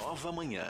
nova manhã.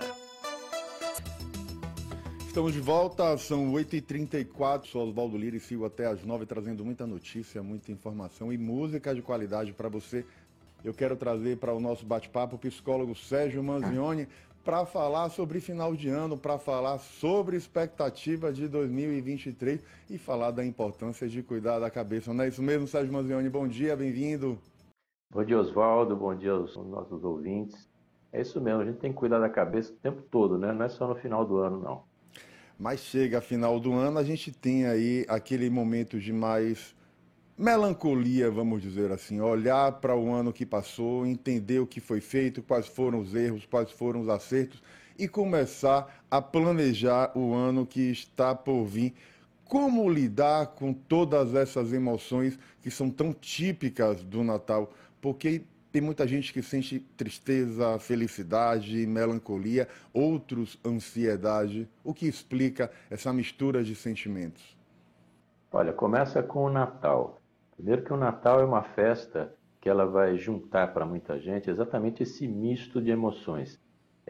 Estamos de volta, são 8h34, sou Oswaldo Lira e sigo até às 9h trazendo muita notícia, muita informação e música de qualidade para você. Eu quero trazer para o nosso bate-papo o psicólogo Sérgio Manzioni para falar sobre final de ano, para falar sobre expectativa de 2023 e falar da importância de cuidar da cabeça. Não é isso mesmo, Sérgio Manzioni? Bom dia, bem-vindo. Bom dia, Oswaldo, bom dia aos nossos ouvintes. É isso mesmo, a gente tem que cuidar da cabeça o tempo todo, né? Não é só no final do ano, não. Mas chega final do ano, a gente tem aí aquele momento de mais melancolia, vamos dizer assim, olhar para o ano que passou, entender o que foi feito, quais foram os erros, quais foram os acertos e começar a planejar o ano que está por vir. Como lidar com todas essas emoções que são tão típicas do Natal? Porque tem muita gente que sente tristeza, felicidade, melancolia, outros ansiedade. O que explica essa mistura de sentimentos? Olha, começa com o Natal. Primeiro que o Natal é uma festa que ela vai juntar para muita gente exatamente esse misto de emoções.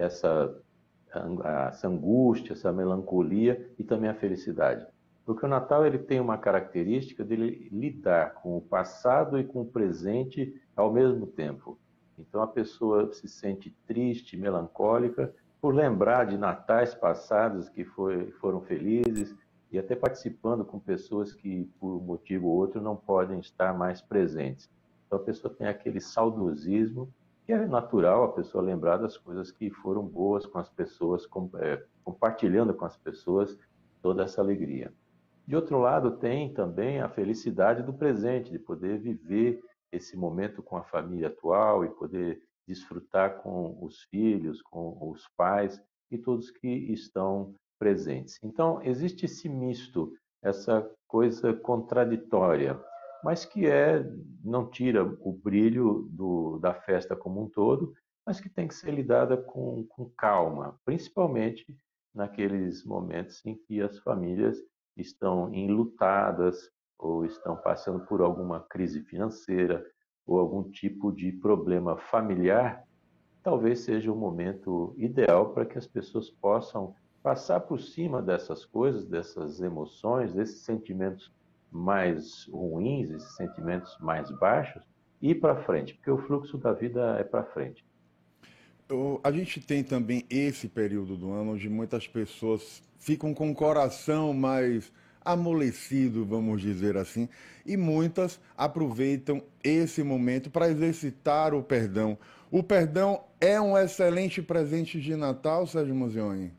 Essa angústia, essa melancolia e também a felicidade. Porque o Natal ele tem uma característica de lidar com o passado e com o presente ao mesmo tempo. Então a pessoa se sente triste, melancólica, por lembrar de natais passados que foram felizes e até participando com pessoas que, por um motivo ou outro, não podem estar mais presentes. Então a pessoa tem aquele saudosismo, que é natural a pessoa lembrar das coisas que foram boas com as pessoas, compartilhando com as pessoas toda essa alegria. De outro lado, tem também a felicidade do presente, de poder viver esse momento com a família atual e poder desfrutar com os filhos, com os pais e todos que estão presentes. Então, existe esse misto, essa coisa contraditória, mas que não tira o brilho da festa como um todo, mas que tem que ser lidada com calma, principalmente naqueles momentos em que as famílias estão enlutadas ou estão passando por alguma crise financeira ou algum tipo de problema familiar, talvez seja o momento ideal para que as pessoas possam passar por cima dessas coisas, dessas emoções, desses sentimentos mais ruins, esses sentimentos mais baixos, e ir para frente, porque o fluxo da vida é para frente. A gente tem também esse período do ano onde muitas pessoas ficam com o coração mais amolecido, vamos dizer assim, e muitas aproveitam esse momento para exercitar o perdão. O perdão é um excelente presente de Natal, Sérgio Manzioni?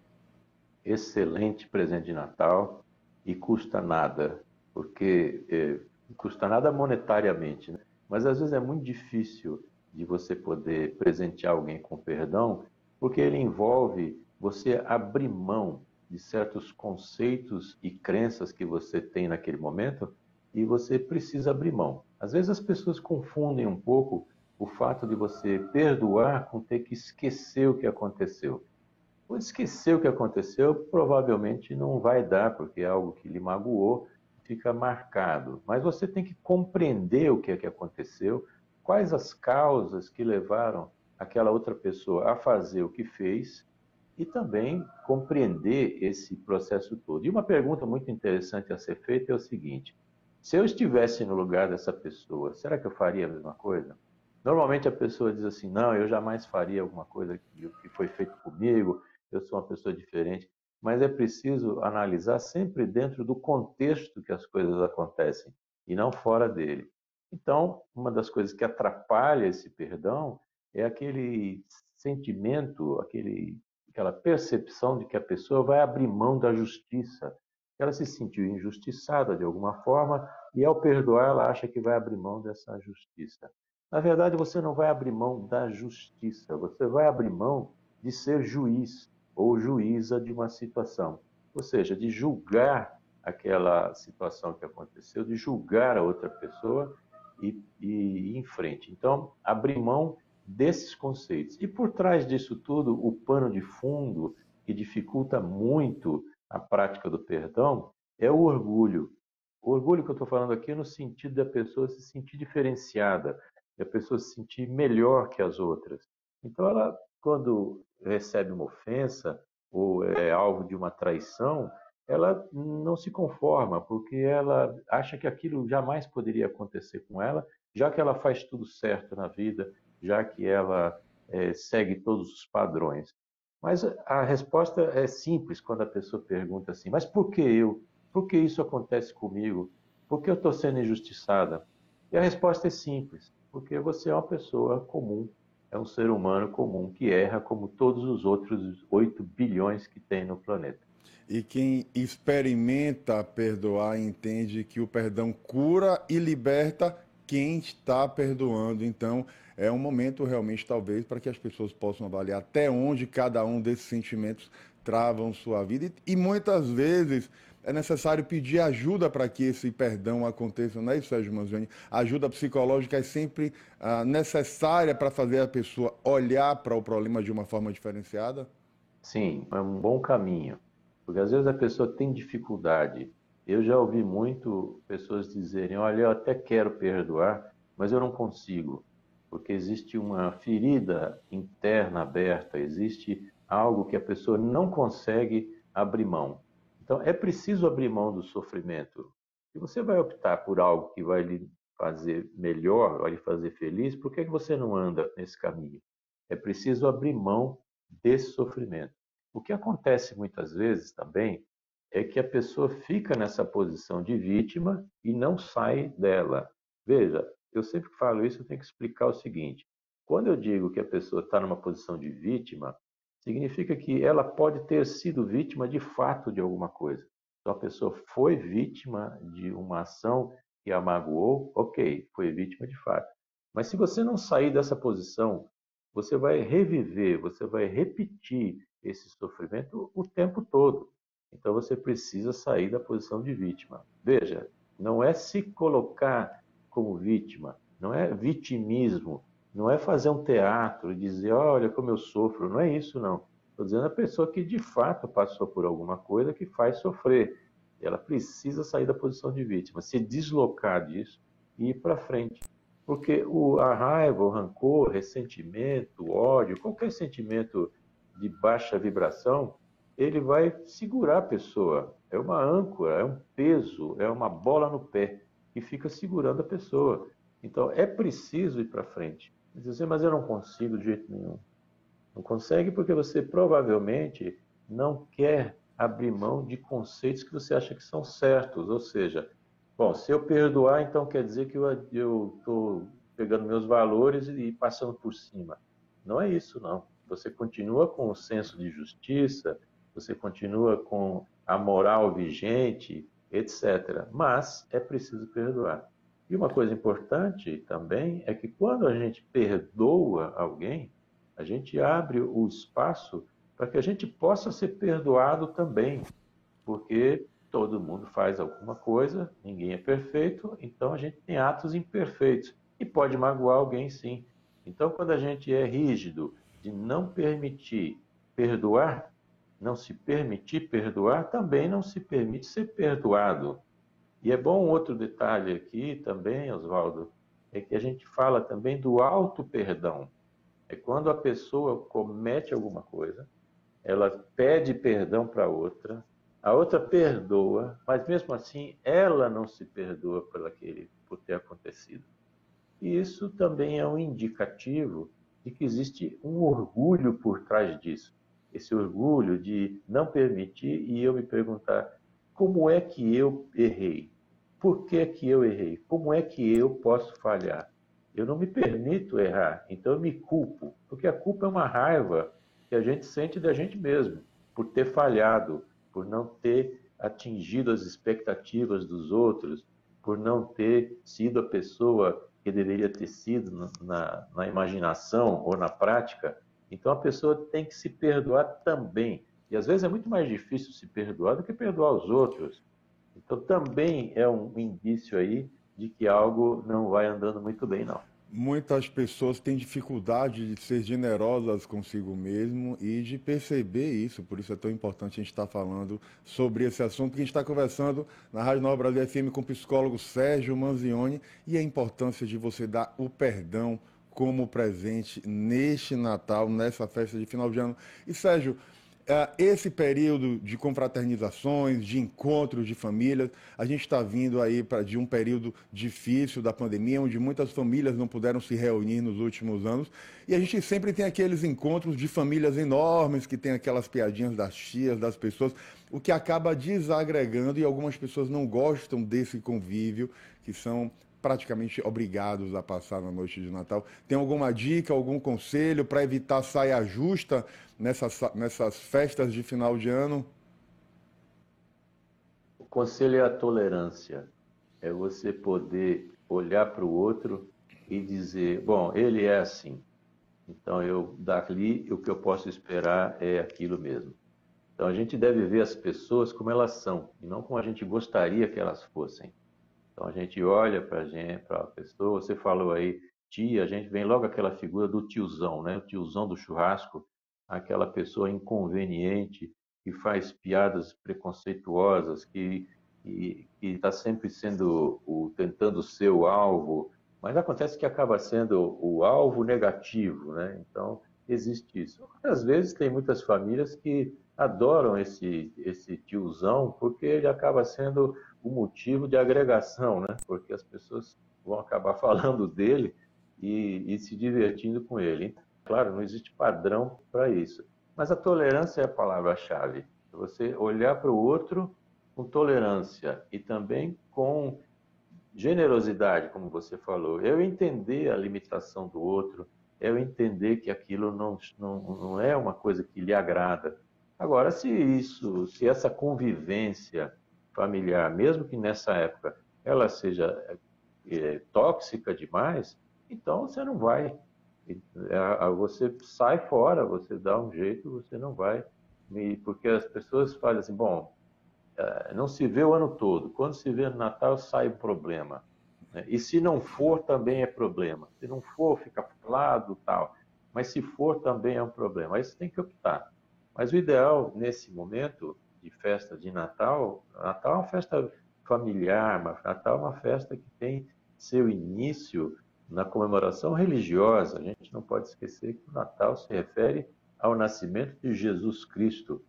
Excelente presente de Natal e custa nada, porque custa nada monetariamente, né? Mas às vezes é muito difícil de você poder presentear alguém com perdão, porque ele envolve você abrir mão de certos conceitos e crenças que você tem naquele momento e você precisa abrir mão. Às vezes as pessoas confundem um pouco o fato de você perdoar com ter que esquecer o que aconteceu. Esquecer o que aconteceu provavelmente não vai dar, porque é algo que lhe magoou, fica marcado. Mas você tem que compreender o que é que aconteceu, quais as causas que levaram aquela outra pessoa a fazer o que fez e também compreender esse processo todo. E uma pergunta muito interessante a ser feita é o seguinte: se eu estivesse no lugar dessa pessoa, será que eu faria a mesma coisa? Normalmente a pessoa diz assim: não, eu jamais faria alguma coisa que foi feito comigo, eu sou uma pessoa diferente. Mas é preciso analisar sempre dentro do contexto que as coisas acontecem e não fora dele. Então, uma das coisas que atrapalha esse perdão é aquele sentimento, aquela percepção de que a pessoa vai abrir mão da justiça. Ela se sentiu injustiçada de alguma forma e, ao perdoar, ela acha que vai abrir mão dessa justiça. Na verdade, você não vai abrir mão da justiça, você vai abrir mão de ser juiz ou juíza de uma situação. Ou seja, de julgar aquela situação que aconteceu, de julgar a outra pessoa e ir em frente. Então, abrir mão desses conceitos. E por trás disso tudo, o pano de fundo que dificulta muito a prática do perdão é o orgulho. O orgulho que eu estou falando aqui é no sentido da pessoa se sentir diferenciada, da pessoa se sentir melhor que as outras. Então, ela, quando recebe uma ofensa ou é alvo de uma traição, ela não se conforma, porque ela acha que aquilo jamais poderia acontecer com ela, já que ela faz tudo certo na vida, já que ela segue todos os padrões. Mas a resposta é simples quando a pessoa pergunta assim: mas por que eu? Por que isso acontece comigo? Por que eu estou sendo injustiçada? E a resposta é simples: porque você é uma pessoa comum, é um ser humano comum que erra como todos os outros 8 bilhões que tem no planeta. E quem experimenta perdoar entende que o perdão cura e liberta quem está perdoando. Então, é um momento realmente, talvez, para que as pessoas possam avaliar até onde cada um desses sentimentos travam sua vida. E muitas vezes é necessário pedir ajuda para que esse perdão aconteça, não é isso, Sérgio Manzioni? A ajuda psicológica é sempre necessária para fazer a pessoa olhar para o problema de uma forma diferenciada? Sim, é um bom caminho, porque às vezes a pessoa tem dificuldade. Eu já ouvi muito pessoas dizerem: olha, eu até quero perdoar, mas eu não consigo, porque existe uma ferida interna aberta, existe algo que a pessoa não consegue abrir mão. Então é preciso abrir mão do sofrimento. Se você vai optar por algo que vai lhe fazer melhor, vai lhe fazer feliz, por que você não anda nesse caminho? É preciso abrir mão desse sofrimento. O que acontece muitas vezes também é que a pessoa fica nessa posição de vítima e não sai dela. Veja, eu sempre falo isso, eu tenho que explicar o seguinte: quando eu digo que a pessoa está numa posição de vítima, significa que ela pode ter sido vítima de fato de alguma coisa. Então a pessoa foi vítima de uma ação que a magoou, ok, foi vítima de fato. Mas se você não sair dessa posição, você vai reviver, você vai repetir esse sofrimento o tempo todo. Então você precisa sair da posição de vítima. Veja, não é se colocar como vítima, não é vitimismo, não é fazer um teatro e dizer: olha como eu sofro, não é isso não. Estou dizendo a pessoa que de fato passou por alguma coisa que faz sofrer. Ela precisa sair da posição de vítima, se deslocar disso e ir para frente. Porque a raiva, o rancor, o ressentimento, o ódio, qualquer sentimento de baixa vibração, ele vai segurar a pessoa. É uma âncora, é um peso, é uma bola no pé que fica segurando a pessoa. Então é preciso ir para frente. Dizer: mas eu não consigo de jeito nenhum. Não consegue porque você provavelmente não quer abrir mão de conceitos que você acha que são certos. Ou seja, bom, se eu perdoar, então quer dizer que eu estou pegando meus valores e passando por cima. Não é isso, não. Você continua com o senso de justiça, você continua com a moral vigente, etc. Mas é preciso perdoar. E uma coisa importante também é que quando a gente perdoa alguém, a gente abre o espaço para que a gente possa ser perdoado também, porque todo mundo faz alguma coisa, ninguém é perfeito, então a gente tem atos imperfeitos e pode magoar alguém sim. Então, quando a gente é rígido de não permitir perdoar, não se permitir perdoar, também não se permite ser perdoado. E é bom um outro detalhe aqui também, Oswaldo, é que a gente fala também do auto-perdão. É quando a pessoa comete alguma coisa, ela pede perdão para a outra perdoa, mas mesmo assim ela não se perdoa por ter acontecido. E isso também é um indicativo de que existe um orgulho por trás disso. Esse orgulho de não permitir e eu me perguntar: como é que eu errei? Por que que eu errei? Como é que eu posso falhar? Eu não me permito errar, então eu me culpo, porque a culpa é uma raiva que a gente sente da gente mesmo, por ter falhado, por não ter atingido as expectativas dos outros, por não ter sido a pessoa que deveria ter sido na imaginação ou na prática. Então a pessoa tem que se perdoar também. E às vezes é muito mais difícil se perdoar do que perdoar os outros. Então também é um indício aí de que algo não vai andando muito bem, não. Muitas pessoas têm dificuldade de ser generosas consigo mesmo e de perceber isso, por isso é tão importante a gente estar falando sobre esse assunto, que a gente está conversando na Rádio Nova Brasil FM com o psicólogo Sérgio Manzioni e a importância de você dar o perdão como presente neste Natal, nessa festa de final de ano. E Sérgio, esse período de confraternizações, de encontros de famílias, a gente está vindo aí de um período difícil da pandemia, onde muitas famílias não puderam se reunir nos últimos anos, e a gente sempre tem aqueles encontros de famílias enormes, que tem aquelas piadinhas das tias, das pessoas, o que acaba desagregando, e algumas pessoas não gostam desse convívio, que são praticamente obrigados a passar na noite de Natal. Tem alguma dica, algum conselho para evitar saia justa nessas festas de final de ano? O conselho é a tolerância. É você poder olhar para o outro e dizer, bom, ele é assim. Então, dali, o que eu posso esperar é aquilo mesmo. Então, a gente deve ver as pessoas como elas são, e não como a gente gostaria que elas fossem. Então, a gente olha para a pessoa, você falou aí, tia, a gente vem logo aquela figura do tiozão, né? O tiozão do churrasco, aquela pessoa inconveniente, que faz piadas preconceituosas, que está sempre tentando ser o alvo, mas acontece que acaba sendo o alvo negativo, né? Então, existe isso. Às vezes, tem muitas famílias que adoram esse tiozão, porque ele acaba sendo o motivo de agregação, né? Porque as pessoas vão acabar falando dele e se divertindo com ele. Claro, não existe padrão para isso. Mas a tolerância é a palavra-chave. Você olhar para o outro com tolerância e também com generosidade, como você falou. Eu entender a limitação do outro, eu entender que aquilo não é uma coisa que lhe agrada. Agora, se essa convivência familiar, mesmo que nessa época ela seja tóxica demais, então você não vai. Você sai fora, você dá um jeito, você não vai. Porque as pessoas falam assim, bom, não se vê o ano todo. Quando se vê no Natal, sai o problema, né? E se não for, também é problema. Se não for, fica falado, tal. Mas se for, também é um problema. Aí você tem que optar. Mas o ideal, nesse momento de festa de Natal, Natal é uma festa familiar, Natal é uma festa que tem seu início na comemoração religiosa. A gente não pode esquecer que o Natal se refere ao nascimento de Jesus Cristo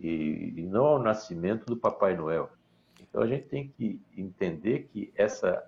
e não ao nascimento do Papai Noel. Então a gente tem que entender que essa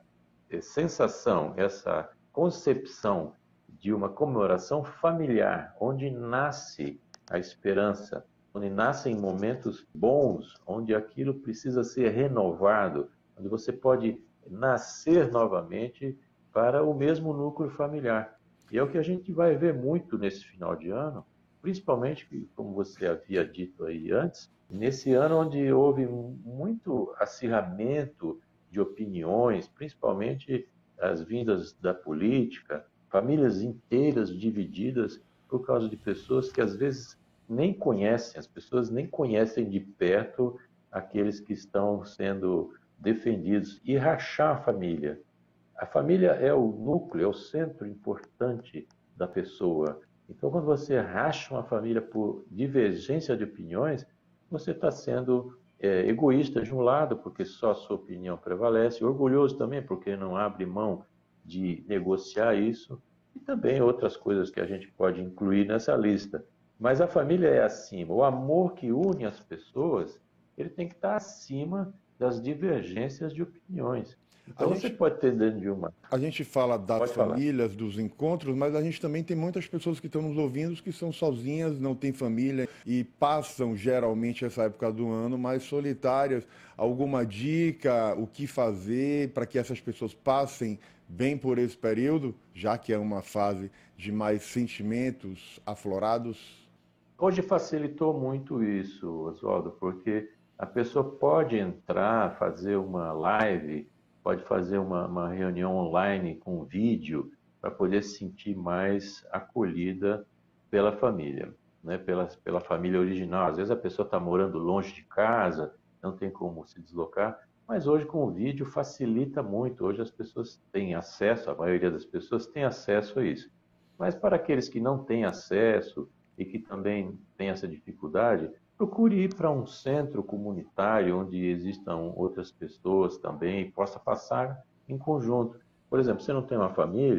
sensação, essa concepção de uma comemoração familiar, onde nasce a esperança, onde nascem momentos bons, onde aquilo precisa ser renovado, onde você pode nascer novamente para o mesmo núcleo familiar. E é o que a gente vai ver muito nesse final de ano, principalmente, como você havia dito aí antes, nesse ano onde houve muito acirramento de opiniões, principalmente as vindas da política, famílias inteiras divididas por causa de pessoas que às vezes nem conhecem, as pessoas nem conhecem de perto aqueles que estão sendo defendidos e rachar a família. A família é o núcleo, é o centro importante da pessoa. Então, quando você racha uma família por divergência de opiniões, você está sendo egoísta de um lado, porque só a sua opinião prevalece, orgulhoso também, porque não abre mão de negociar isso, e também outras coisas que a gente pode incluir nessa lista. Mas a família é acima. O amor que une as pessoas, ele tem que estar acima das divergências de opiniões. A Então, você gente, pode ter dentro de uma... A gente fala das Pode falar. famílias, dos encontros, mas a gente também tem muitas pessoas que estão nos ouvindo que são sozinhas, não têm família e passam geralmente essa época do ano mais solitárias. Alguma dica, o que fazer para que essas pessoas passem bem por esse período, já que é uma fase de mais sentimentos aflorados? Hoje facilitou muito isso, Oswaldo, porque a pessoa pode entrar, fazer uma live, pode fazer uma reunião online com vídeo para poder se sentir mais acolhida pela família, né? Pela família original. Às vezes a pessoa está morando longe de casa, não tem como se deslocar, mas hoje com o vídeo facilita muito. Hoje as pessoas têm acesso, a maioria das pessoas tem acesso a isso. Mas para aqueles que não têm acesso, e que também tem essa dificuldade, procure ir para um centro comunitário onde existam outras pessoas também e possa passar em conjunto. Por exemplo, você não tem uma família,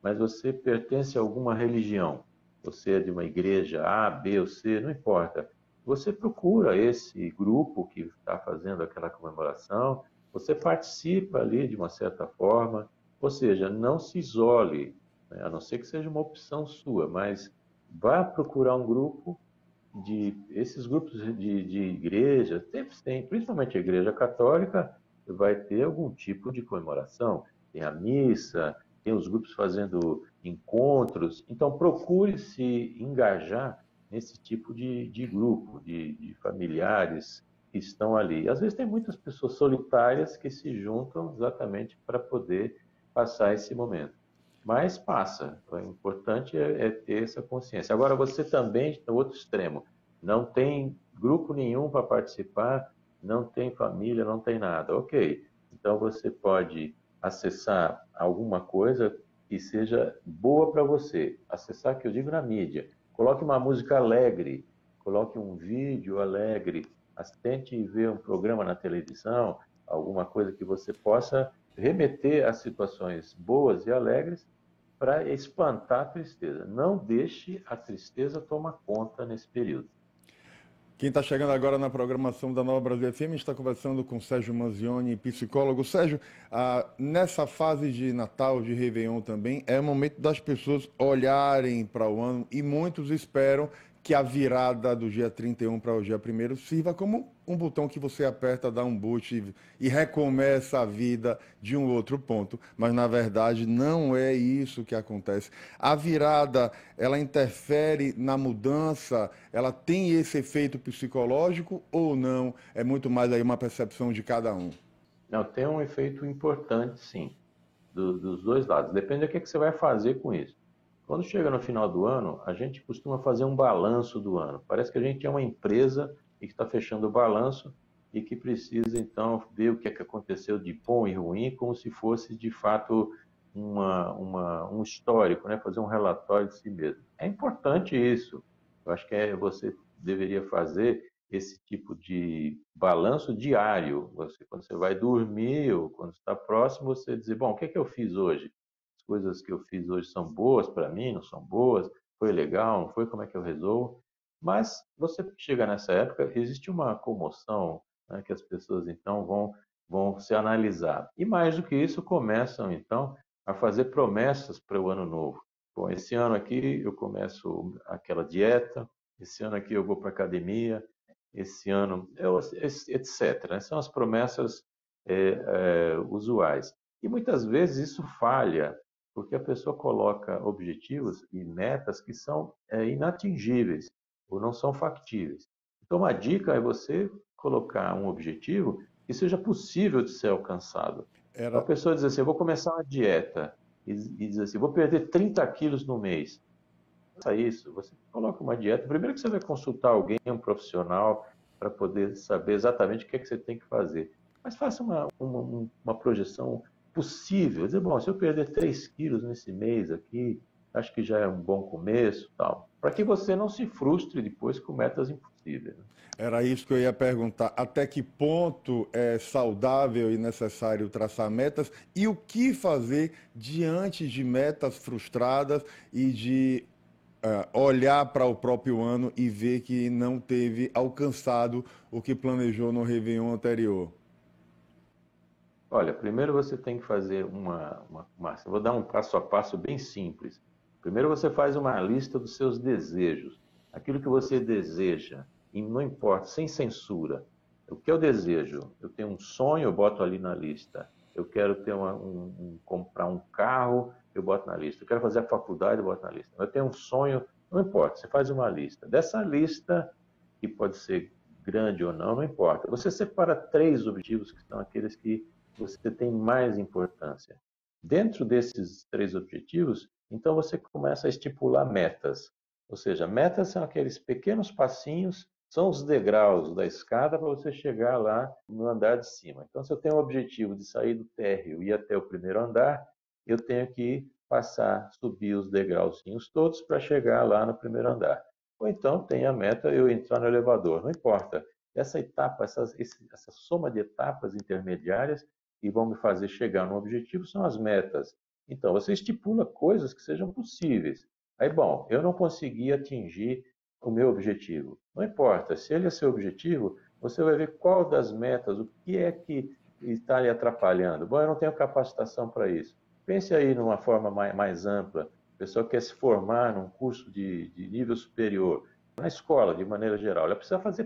mas você pertence a alguma religião. Você é de uma igreja A, B ou C, não importa. Você procura esse grupo que está fazendo aquela comemoração, você participa ali de uma certa forma, ou seja, não se isole, né? A não ser que seja uma opção sua, mas vá procurar um grupo esses grupos de igreja, sempre tem, principalmente a igreja católica, vai ter algum tipo de comemoração. Tem a missa, tem os grupos fazendo encontros. Então, procure se engajar nesse tipo de grupo, de familiares que estão ali. Às vezes tem muitas pessoas solitárias que se juntam exatamente para poder passar esse momento. Mas passa. O importante é ter essa consciência. Agora, você também, no outro extremo, não tem grupo nenhum para participar, não tem família, não tem nada. Ok. Então, você pode acessar alguma coisa que seja boa para você. Acessar, que eu digo, na mídia. Coloque uma música alegre, coloque um vídeo alegre, tente ver um programa na televisão, alguma coisa que você possa remeter a situações boas e alegres para espantar a tristeza. Não deixe a tristeza tomar conta nesse período. Quem está chegando agora na programação da Nova Brasil FM está conversando com Sérgio Manzioni, psicólogo. Sérgio, nessa fase de Natal, de Réveillon também, é o momento das pessoas olharem para o ano e muitos esperam que a virada do dia 31 para o dia 1º sirva como um botão que você aperta, dá um boot e recomeça a vida de um outro ponto. Mas, na verdade, não é isso que acontece. A virada, ela interfere na mudança, ela tem esse efeito psicológico ou não? É muito mais aí uma percepção de cada um. Não, tem um efeito importante, sim, dos dois lados. Depende do que você vai fazer com isso. Quando chega no final do ano, a gente costuma fazer um balanço do ano. Parece que a gente é uma empresa e que está fechando o balanço e que precisa, então, ver o que é que aconteceu de bom e ruim, como se fosse, de fato, um histórico, né? Fazer um relatório de si mesmo. É importante isso. Eu acho que você deveria fazer esse tipo de balanço diário. Quando você vai dormir ou quando está próximo, você dizer, bom, o que é que eu fiz hoje? As coisas que eu fiz hoje são boas para mim, não são boas? Foi legal, não foi? Como é que eu resolvo? Mas você chega nessa época, existe uma comoção, né, que as pessoas então vão se analisar. E mais do que isso, começam então a fazer promessas para o ano novo. Bom, esse ano aqui eu começo aquela dieta, esse ano aqui eu vou para a academia, esse ano, etc. Né? São as promessas usuais. E muitas vezes isso falha, porque a pessoa coloca objetivos e metas que são inatingíveis ou não são factíveis. Então, uma dica é você colocar um objetivo que seja possível de ser alcançado. Então, a Era, pessoa diz assim, eu vou começar uma dieta e diz assim, vou perder 30 quilos no mês. Faça isso, você coloca uma dieta. Primeiro que você vai consultar alguém, um profissional, para poder saber exatamente o que é que você tem que fazer. Mas faça uma projeção possível. Dizer, bom, se eu perder 3 quilos nesse mês aqui, acho que já é um bom começo, tal. Para que você não se frustre depois com metas impossíveis. Né? era isso que eu ia perguntar. Até que ponto é saudável e necessário traçar metas e o que fazer diante de metas frustradas e de olhar para o próprio ano e ver que não teve alcançado o que planejou no Réveillon anterior? Olha, primeiro você tem que fazer vou dar um passo a passo bem simples. Primeiro você faz uma lista dos seus desejos, aquilo que você deseja, e não importa, sem censura. O que eu desejo? Eu tenho um sonho, eu boto ali na lista. Eu quero ter comprar um carro, eu boto na lista. Eu quero fazer a faculdade, eu boto na lista. Eu tenho um sonho, não importa, você faz uma lista. Dessa lista, que pode ser grande ou não, não importa. Você separa três objetivos que são aqueles que você tem mais importância. Dentro desses três objetivos, então você começa a estipular metas. Ou seja, metas são aqueles pequenos passinhos, são os degraus da escada para você chegar lá no andar de cima. Então, se eu tenho o objetivo de sair do térreo e ir até o primeiro andar, eu tenho que subir os degrauzinhos todos para chegar lá no primeiro andar. Ou então tem a meta eu entrar no elevador, não importa. Essa etapa, essa soma de etapas intermediárias que vão me fazer chegar no objetivo são as metas. Então, você estipula coisas que sejam possíveis. Aí, bom, eu não consegui atingir o meu objetivo. Não importa, se ele é seu objetivo, você vai ver qual das metas, o que é que está lhe atrapalhando. Bom, eu não tenho capacitação para isso. Pense aí numa forma mais ampla. A pessoa quer se formar num curso de nível superior. Na escola, de maneira geral, ela precisa fazer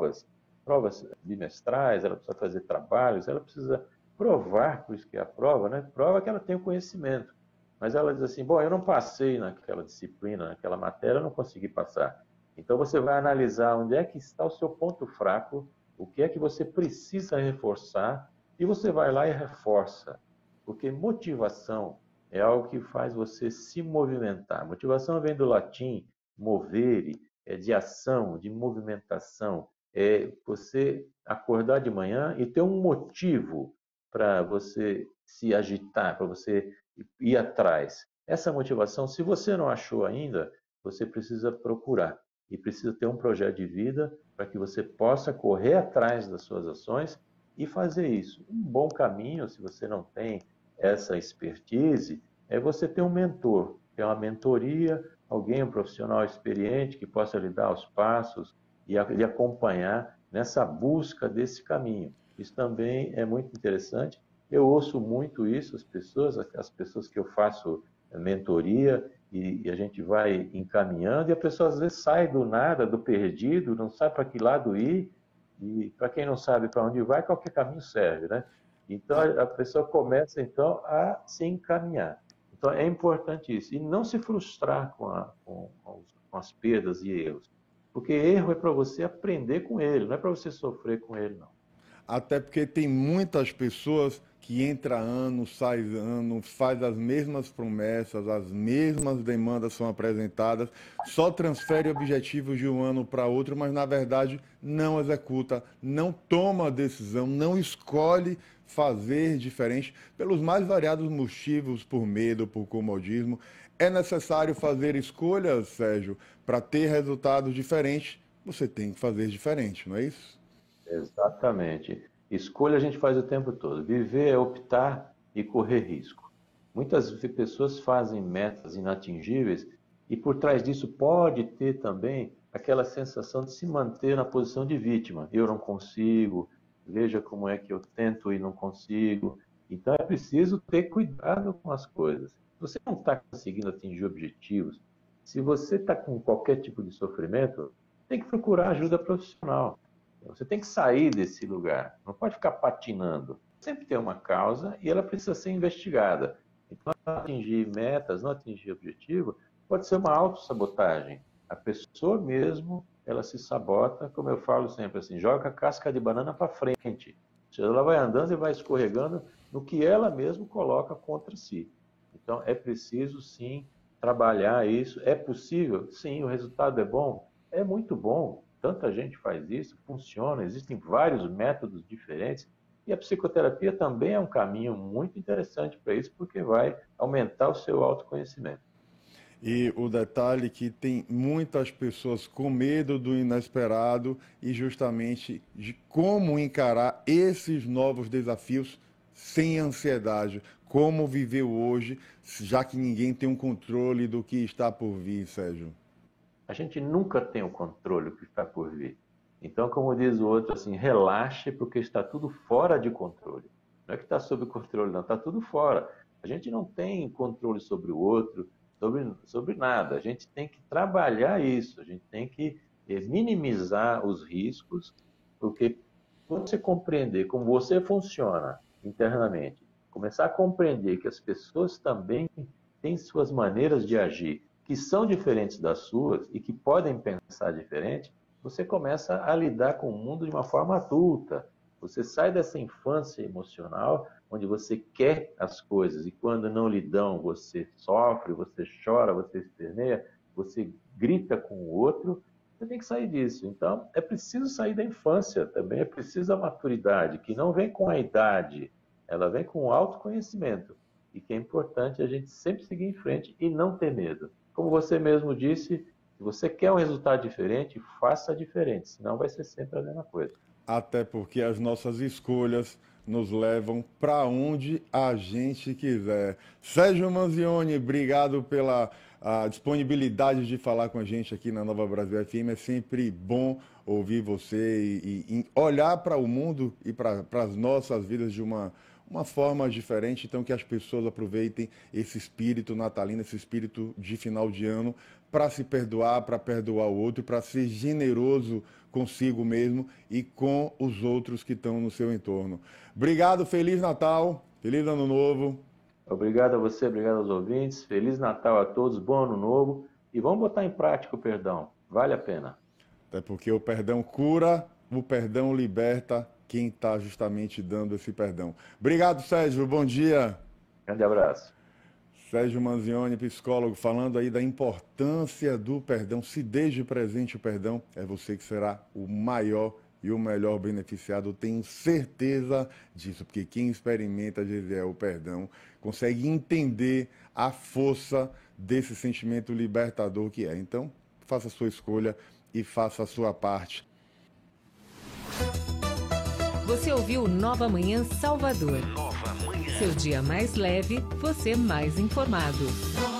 provas bimestrais, ela precisa fazer trabalhos, ela precisa provar, por isso que é a prova, né? Prova que ela tem o conhecimento. Mas ela diz assim, bom, eu não passei naquela disciplina, naquela matéria, eu não consegui passar. Então você vai analisar onde é que está o seu ponto fraco, o que é que você precisa reforçar, e você vai lá e reforça. Porque motivação é algo que faz você se movimentar. Motivação vem do latim movere, é de ação, de movimentação. É você acordar de manhã e ter um motivo para você se agitar, para você ir atrás. Essa motivação, se você não achou ainda, você precisa procurar e precisa ter um projeto de vida para que você possa correr atrás das suas ações e fazer isso. Um bom caminho, se você não tem essa expertise, é você ter um mentor, ter uma mentoria, alguém, um profissional experiente que possa lhe dar os passos e lhe acompanhar nessa busca desse caminho. Isso também é muito interessante. Eu ouço muito isso, as pessoas que eu faço mentoria e a gente vai encaminhando e a pessoa às vezes sai do nada, do perdido, não sabe para que lado ir e para quem não sabe para onde vai, qualquer caminho serve, né? Então a pessoa começa então a se encaminhar. Então é importante isso e não se frustrar com as perdas e erros, porque erro é para você aprender com ele, não é para você sofrer com ele, não. Até porque tem muitas pessoas que entra ano, sai ano, faz as mesmas promessas, as mesmas demandas são apresentadas, só transfere objetivos de um ano para outro, mas na verdade não executa, não toma decisão, não escolhe fazer diferente pelos mais variados motivos, por medo, por comodismo. É necessário fazer escolhas, Sérgio, para ter resultados diferentes. Você tem que fazer diferente, não é isso? Exatamente. Escolha a gente faz o tempo todo. Viver é optar e correr risco. Muitas pessoas fazem metas inatingíveis e por trás disso pode ter também aquela sensação de se manter na posição de vítima. Eu não consigo, veja como é que eu tento e não consigo. Então é preciso ter cuidado com as coisas. Se você não está conseguindo atingir objetivos, se você está com qualquer tipo de sofrimento, tem que procurar ajuda profissional. Você tem que sair desse lugar, não pode ficar patinando. Sempre tem uma causa e ela precisa ser investigada. Então, não atingir metas, não atingir objetivo, pode ser uma autossabotagem. A pessoa mesmo, ela se sabota, como eu falo sempre assim, joga a casca de banana para frente. Ou seja, ela vai andando e vai escorregando no que ela mesma coloca contra si. Então, é preciso, sim, trabalhar isso. É possível? Sim, o resultado é bom? É muito bom. Tanta gente faz isso, funciona, existem vários métodos diferentes. E a psicoterapia também é um caminho muito interessante para isso, porque vai aumentar o seu autoconhecimento. E o detalhe é que tem muitas pessoas com medo do inesperado e justamente de como encarar esses novos desafios sem ansiedade. Como viver hoje, já que ninguém tem um controle do que está por vir, Sérgio. A gente nunca tem o controle do que está por vir. Então, como diz o outro, assim, relaxe porque está tudo fora de controle. Não é que está sob controle, não, está tudo fora. A gente não tem controle sobre o outro, sobre nada. A gente tem que trabalhar isso, a gente tem que minimizar os riscos, porque quando você compreender como você funciona internamente, começar a compreender que as pessoas também têm suas maneiras de agir que são diferentes das suas e que podem pensar diferente, você começa a lidar com o mundo de uma forma adulta. Você sai dessa infância emocional, onde você quer as coisas e quando não lhe dão, você sofre, você chora, você esperneia, você grita com o outro. Você tem que sair disso. Então, é preciso sair da infância também, é preciso a maturidade, que não vem com a idade, ela vem com o autoconhecimento. E que é importante a gente sempre seguir em frente e não ter medo. Como você mesmo disse, se você quer um resultado diferente, faça diferente, senão vai ser sempre a mesma coisa. Até porque as nossas escolhas nos levam para onde a gente quiser. Sérgio Manzioni, obrigado pela disponibilidade de falar com a gente aqui na Nova Brasil FM. É sempre bom ouvir você e olhar para o mundo e para as nossas vidas de uma forma diferente. Então, que as pessoas aproveitem esse espírito natalino, esse espírito de final de ano, para se perdoar, para perdoar o outro, para ser generoso consigo mesmo e com os outros que estão no seu entorno. Obrigado, Feliz Natal, Feliz Ano Novo. Obrigado a você, obrigado aos ouvintes. Feliz Natal a todos, bom Ano Novo. E vamos botar em prática o perdão. Vale a pena. Até porque o perdão cura, o perdão liberta quem está justamente dando esse perdão. Obrigado, Sérgio. Bom dia. Grande abraço. Sérgio Manzioni, psicólogo, falando aí da importância do perdão. Se desde presente o perdão, é você que será o maior e o melhor beneficiado. Eu tenho certeza disso, porque quem experimenta, Gisele, o perdão, consegue entender a força desse sentimento libertador que é. Então, faça a sua escolha e faça a sua parte. Você ouviu Nova Manhã Salvador. Seu dia mais leve, você mais informado.